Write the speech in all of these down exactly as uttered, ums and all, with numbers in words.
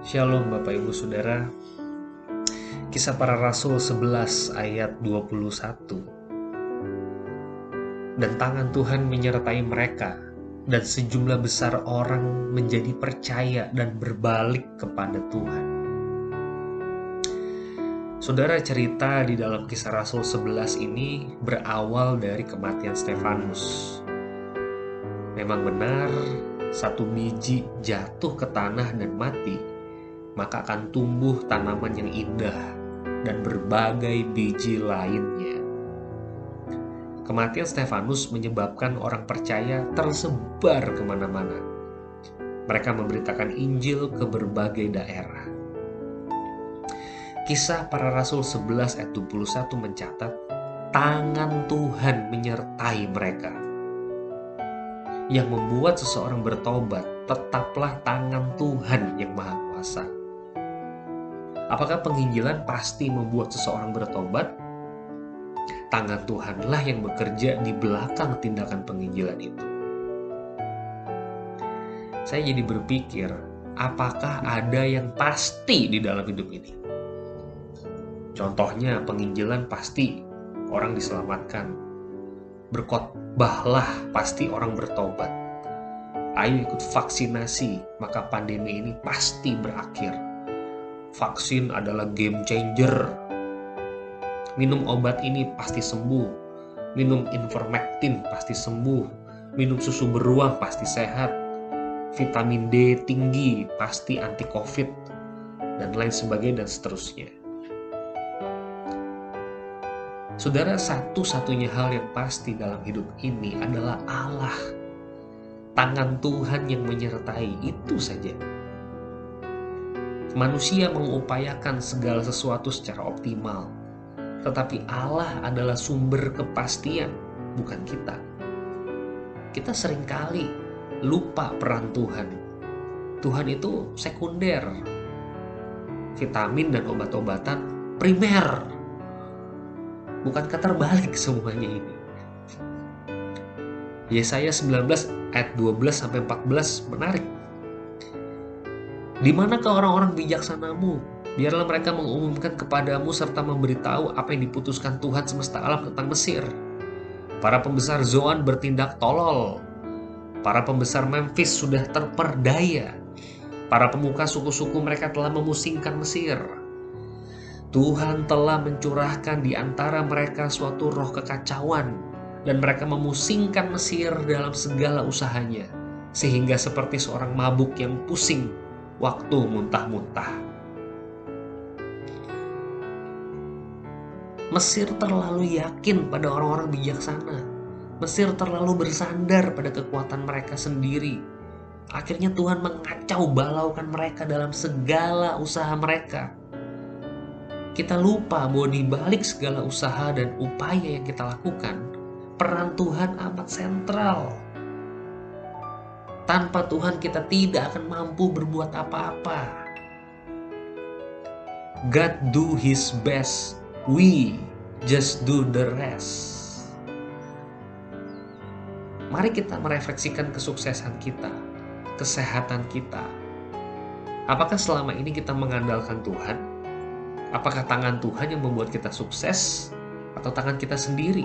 Shalom Bapak Ibu Saudara. Kisah Para Rasul sebelas ayat dua puluh satu. Dan tangan Tuhan menyertai mereka, dan sejumlah besar orang menjadi percaya dan berbalik kepada Tuhan. Saudara, cerita di dalam Kisah Rasul sebelas ini berawal dari kematian Stefanus. Memang benar, satu biji jatuh ke tanah dan mati, maka akan tumbuh tanaman yang indah dan berbagai biji lainnya. Kematian Stefanus menyebabkan orang percaya tersebar kemana-mana. Mereka memberitakan Injil ke berbagai daerah. Kisah Para Rasul sebelas ayat dua puluh satu mencatat, tangan Tuhan menyertai mereka. Yang membuat seseorang bertobat tetaplah tangan Tuhan yang Maha Kuasa. Apakah penginjilan pasti membuat seseorang bertobat? Tangan Tuhanlah yang bekerja di belakang tindakan penginjilan itu. Saya jadi berpikir, apakah ada yang pasti di dalam hidup ini? Contohnya penginjilan pasti orang diselamatkan. Berkhotbahlah pasti orang bertobat. Ayo ikut vaksinasi, maka pandemi ini pasti berakhir. Vaksin adalah game changer. Minum obat ini pasti sembuh. Minum ivermectin pasti sembuh. Minum susu beruang pasti sehat. Vitamin D tinggi pasti anti covid. Dan lain sebagainya dan seterusnya. Saudara, satu-satunya hal yang pasti dalam hidup ini adalah Allah. Tangan Tuhan yang menyertai, itu saja. Manusia mengupayakan segala sesuatu secara optimal, tetapi Allah adalah sumber kepastian, bukan kita. Kita seringkali lupa peran Tuhan. Tuhan itu sekunder. Vitamin dan obat-obatan primer. Bukankah terbalik semuanya ini? Yesaya sembilan belas ayat dua belas sampai empat belas menarik. Di manakah orang-orang bijaksanamu? Biarlah mereka mengumumkan kepadamu serta memberitahu apa yang diputuskan Tuhan semesta alam tentang Mesir. Para pembesar Zoan bertindak tolol. Para pembesar Memphis sudah terperdaya. Para pemuka suku-suku mereka telah memusingkan Mesir. Tuhan telah mencurahkan di antara mereka suatu roh kekacauan, dan mereka memusingkan Mesir dalam segala usahanya, sehingga seperti seorang mabuk yang pusing waktu muntah-muntah. Mesir terlalu yakin pada orang-orang bijaksana. Mesir terlalu bersandar pada kekuatan mereka sendiri. Akhirnya Tuhan mengacau balaukan mereka dalam segala usaha mereka. Kita lupa bahwa di balik segala usaha dan upaya yang kita lakukan, peran Tuhan amat sentral. Tanpa Tuhan kita tidak akan mampu berbuat apa-apa. God do His best, we just do the rest. Mari kita merefleksikan kesuksesan kita, kesehatan kita. Apakah selama ini kita mengandalkan Tuhan? Apakah tangan Tuhan yang membuat kita sukses atau tangan kita sendiri?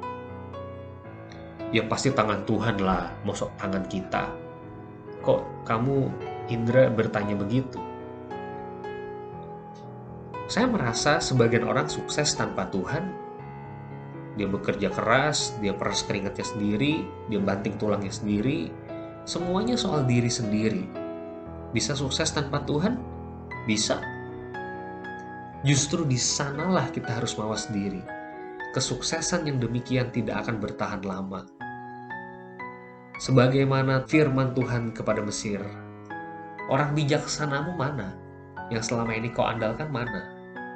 Ya pasti tangan Tuhan lah, mosok tangan kita. Kok kamu, Indra, bertanya begitu? Saya merasa sebagian orang sukses tanpa Tuhan. Dia bekerja keras, dia peras keringatnya sendiri, dia banting tulangnya sendiri. Semuanya soal diri sendiri. Bisa sukses tanpa Tuhan? Bisa. Justru di sanalah kita harus mawas diri. Kesuksesan yang demikian tidak akan bertahan lama. Sebagaimana firman Tuhan kepada Mesir, orang bijaksanamu mana? Yang selama ini kau andalkan mana?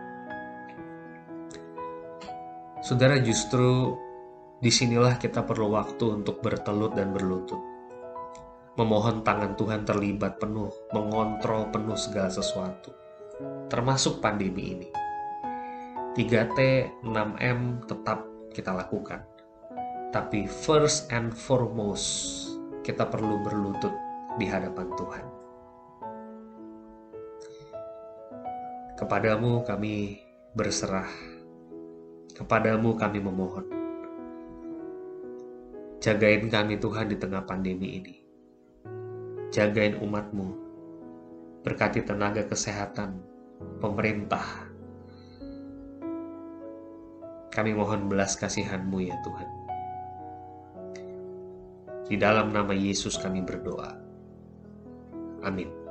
Saudara, justru disinilah kita perlu waktu untuk bertelut dan berlutut. Memohon tangan Tuhan terlibat penuh, mengontrol penuh segala sesuatu. Termasuk pandemi ini. tiga T, enam M tetap kita lakukan. Tapi first and foremost, kita perlu berlutut di hadapan Tuhan. Kepadamu kami berserah, kepadamu kami memohon. Jagain kami Tuhan di tengah pandemi ini. Jagain umat-Mu, berkati tenaga kesehatan, pemerintah. Kami mohon belas kasihan-Mu ya Tuhan. Di dalam nama Yesus kami berdoa. Amin.